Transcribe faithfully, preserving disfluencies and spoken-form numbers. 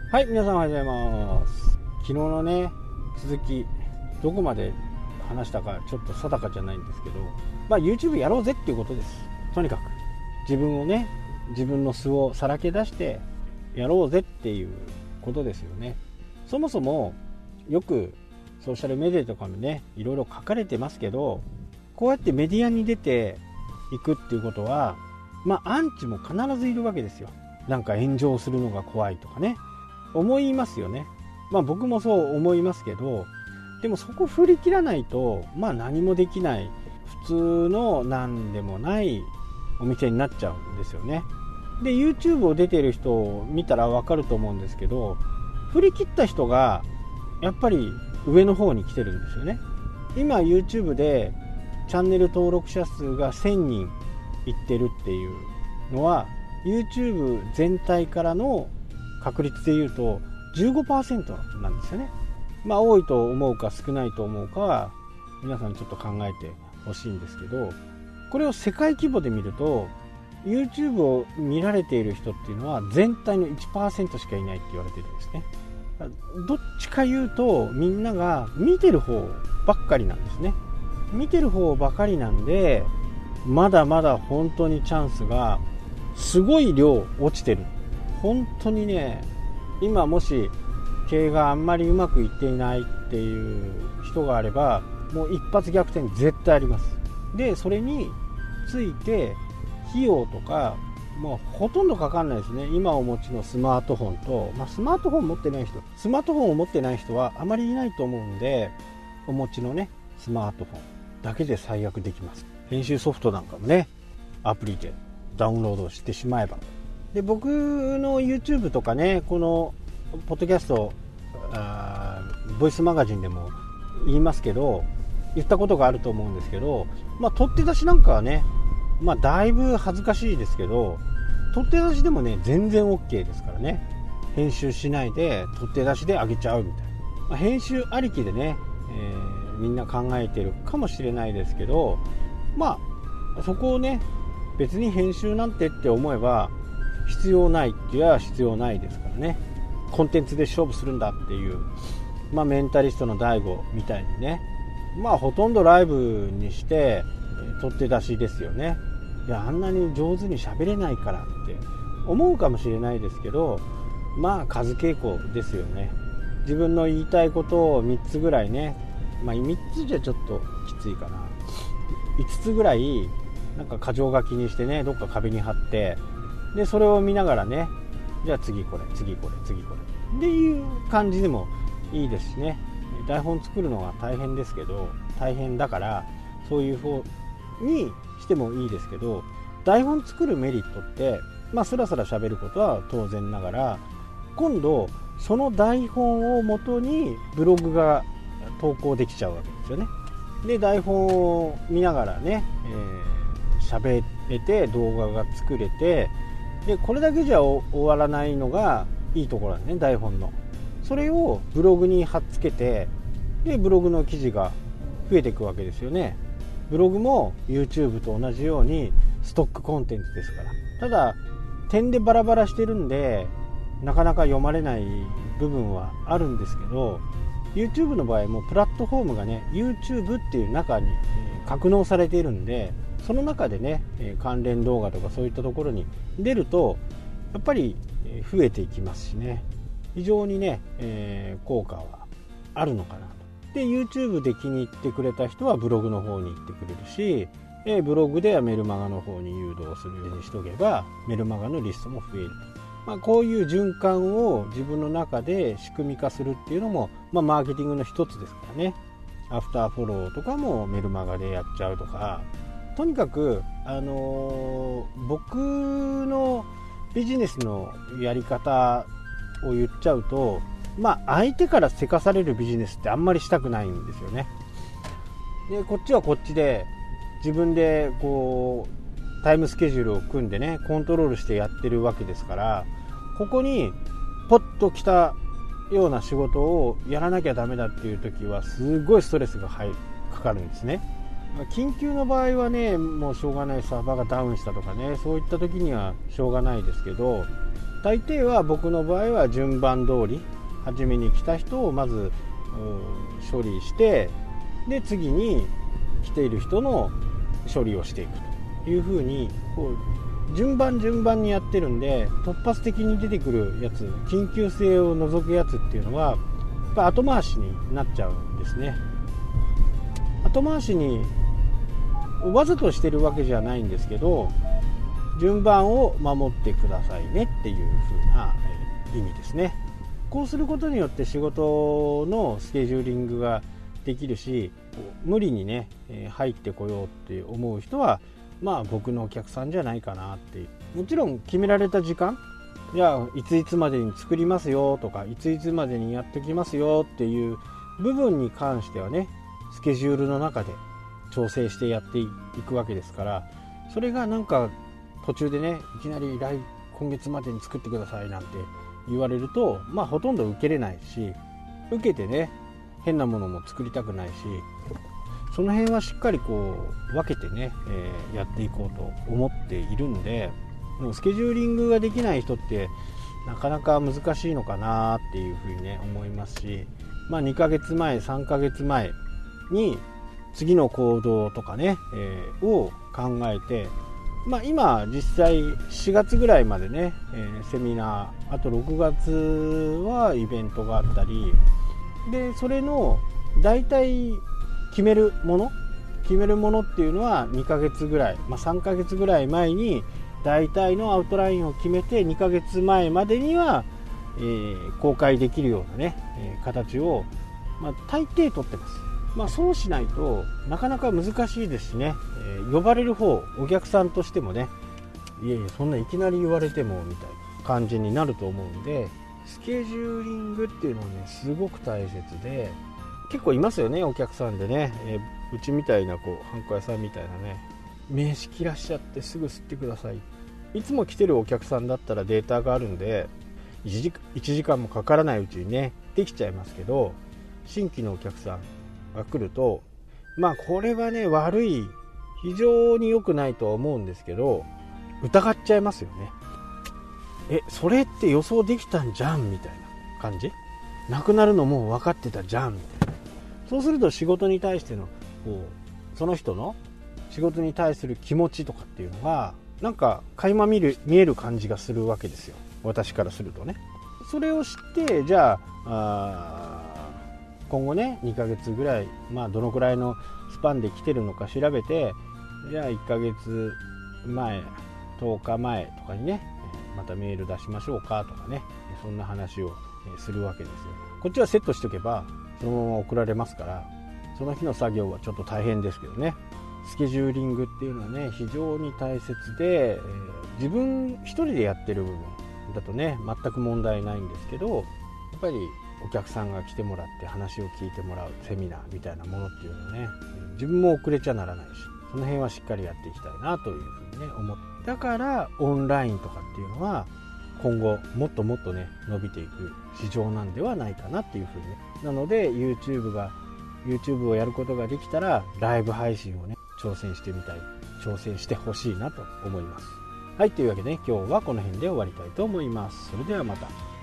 はい、皆さんおはようございます。昨日のね続きどこまで話したかちょっと定かじゃないんですけど、まあ YouTube やろうぜっていうことです。とにかく自分をね自分の素をさらけ出してやろうぜっていうことですよね。そもそもよくソーシャルメディアとかもねいろいろ書かれてますけど、こうやってメディアに出ていくっていうことはまあアンチも必ずいるわけですよ。なんか炎上するのが怖いとかね思いますよね。まあ僕もそう思いますけど、でもそこ振り切らないとまあ何もできない普通の何でもないお店になっちゃうんですよね。で YouTube を出てる人を見たら分かると思うんですけど、振り切った人がやっぱり上の方に来てるんですよね。今 YouTube でチャンネル登録者数がせんにんいってるっていうのは YouTube 全体からの確率でいうと じゅうごパーセント なんですよね。まあ多いと思うか少ないと思うかは皆さんちょっと考えてほしいんですけど、これを世界規模で見ると YouTube を見られている人っていうのは全体の いちパーセント しかいないって言われてるんですね。どっちか言うとみんなが見てる方ばっかりなんですね。見てる方ばかりなんでまだまだ本当にチャンスがすごい量落ちてる。本当にね、今もし経営があんまりうまくいっていないっていう人があればもう一発逆転絶対あります。でそれについて費用とかもうほとんどかかんないですね。今お持ちのスマートフォンと、まあ、スマートフォン持ってない人スマートフォンを持ってない人はあまりいないと思うんで、お持ちのねスマートフォンだけで最悪できます。編集ソフトなんかもねアプリでダウンロードしてしまえば。で僕の YouTube とかねこのポッドキャストあボイスマガジンでも言いますけど、言ったことがあると思うんですけど、まあ取って出しなんかはねまあだいぶ恥ずかしいですけど、取って出しでもね全然 OK ですからね。編集しないで取って出しで上げちゃうみたいな、まあ、編集ありきでね、えー、みんな考えてるかもしれないですけど、まあそこをね別に編集なんてって思えば必要ないって言えば必要ないですからね。コンテンツで勝負するんだっていう、まあ、メンタリストの大悟みたいにね、まあほとんどライブにして取って出しですよね。いやあんなに上手に喋れないからって思うかもしれないですけど、まあ数傾向ですよね。自分の言いたいことをみっつぐらいね、まあみっつじゃちょっときついかな、いつつぐらいなんか箇条書きにしてねどっか壁に貼って、でそれを見ながらね、じゃあ次これ次これ次これっていう感じでもいいですしね。台本作るのが大変ですけど、大変だからそういう方にしてもいいですけど、台本作るメリットってまあスラスラ喋ることは当然ながら、今度その台本を元にブログが投稿できちゃうわけですよね。で台本を見ながらね、えー、喋れて動画が作れて、でこれだけじゃ終わらないのがいいところなんですね、台本の。それをブログに貼っつけて、でブログの記事が増えていくわけですよね。ブログも YouTube と同じようにストックコンテンツですから。ただ点でバラバラしてるんでなかなか読まれない部分はあるんですけど、 YouTube の場合もプラットフォームがね YouTube っていう中に格納されているんで、その中でね関連動画とかそういったところに出るとやっぱり増えていきますしね、非常にね、えー、効果はあるのかなと。で YouTube で気に入ってくれた人はブログの方に行ってくれるし、えー、ブログではメルマガの方に誘導するようにしとけばメルマガのリストも増えると、まあ、こういう循環を自分の中で仕組み化するっていうのも、まあ、マーケティングの一つですからね。アフターフォローとかもメルマガでやっちゃうとか、とにかく、あのー、僕のビジネスのやり方を言っちゃうと、まあ相手からせかされるビジネスってあんまりしたくないんですよね。でこっちはこっちで自分でこうタイムスケジュールを組んでねコントロールしてやってるわけですから、ここにポッと来たような仕事をやらなきゃダメだっていう時はすごいストレスが入るかかるんですね。緊急の場合はねもうしょうがない、サーバーがダウンしたとかね、そういった時にはしょうがないですけど、 大抵は僕の場合は順番通り初めに来た人をまず処理して、で次に来ている人の処理をしていくというふうにこう順番順番にやってるんで、突発的に出てくるやつ、緊急性を除くやつっていうのはやっぱ後回しになっちゃうんですね。後回しにわざとしてるわけじゃないんですけど、順番を守ってくださいねっていう風な意味ですね。こうすることによって仕事のスケジューリングができるし、無理にね入ってこようって思う人はまあ僕のお客さんじゃないかなっていう。もちろん決められた時間、じゃあいついつまでに作りますよとか、いついつまでにやってきますよっていう部分に関してはね、スケジュールの中で調整してやっていくわけですから、それがなんか途中でねいきなり来今月までに作ってくださいなんて言われると、まあほとんど受けれないし、受けてね変なものも作りたくないし、その辺はしっかりこう分けてね、えー、やっていこうと思っているんで、スケジューリングができない人ってなかなか難しいのかなっていうふうにね思いますし、まあにかげつまえさんかげつまえに次の行動とかね、えー、を考えて、まあ、今実際しがつぐらいまでね、えー、セミナー、あとろくがつはイベントがあったりで、それの大体決めるもの決めるものっていうのはにかげつぐらい、まあ、さんかげつぐらい前に大体のアウトラインを決めて、にかげつまえまでには、えー、公開できるようなね、えー、形を、まあ、大抵取ってます。まあ、そうしないとなかなか難しいですしね、えー、呼ばれる方お客さんとしてもね、いやいやそんないきなり言われてもみたいな感じになると思うんで、スケジューリングっていうのはねすごく大切で、結構いますよねお客さんでね、えー、うちみたいなこうハンコ屋さんみたいなね、名刺切らしちゃってすぐ吸ってください。いつも来てるお客さんだったらデータがあるんでいちじかんもかからないうちにねできちゃいますけど、新規のお客さんが来ると、まあこれはね悪い、非常に良くないとは思うんですけど、疑っちゃいますよね。えそれって予想できたんじゃんみたいな感じ、なくなるのもう分かってたじゃんみたいな。そうすると仕事に対してのこうその人の仕事に対する気持ちとかっていうのがなんか垣間見る見える感じがするわけですよ、私からするとね。それを知って、じゃあ、あ今後ねにかげつぐらい、まあどのくらいのスパンで来てるのか調べて、じゃあいっかげつまえとおかまえとかにねまたメール出しましょうかとかね、そんな話をするわけですよ。こっちはセットしておけばそのまま送られますから、その日の作業はちょっと大変ですけどね。スケジューリングっていうのはね非常に大切で、えー、自分一人でやってる部分だとね全く問題ないんですけど、やっぱりお客さんが来てもらって話を聞いてもらうセミナーみたいなものっていうのはね、自分も遅れちゃならないし、その辺はしっかりやっていきたいなというふうにね思って、だからオンラインとかっていうのは今後もっともっとね伸びていく市場なんではないかなっていうふうにね。なので YouTube が YouTube をやることができたらライブ配信をね挑戦してみたい、挑戦してほしいなと思います。はい、というわけで、ね、今日はこの辺で終わりたいと思います。それではまた。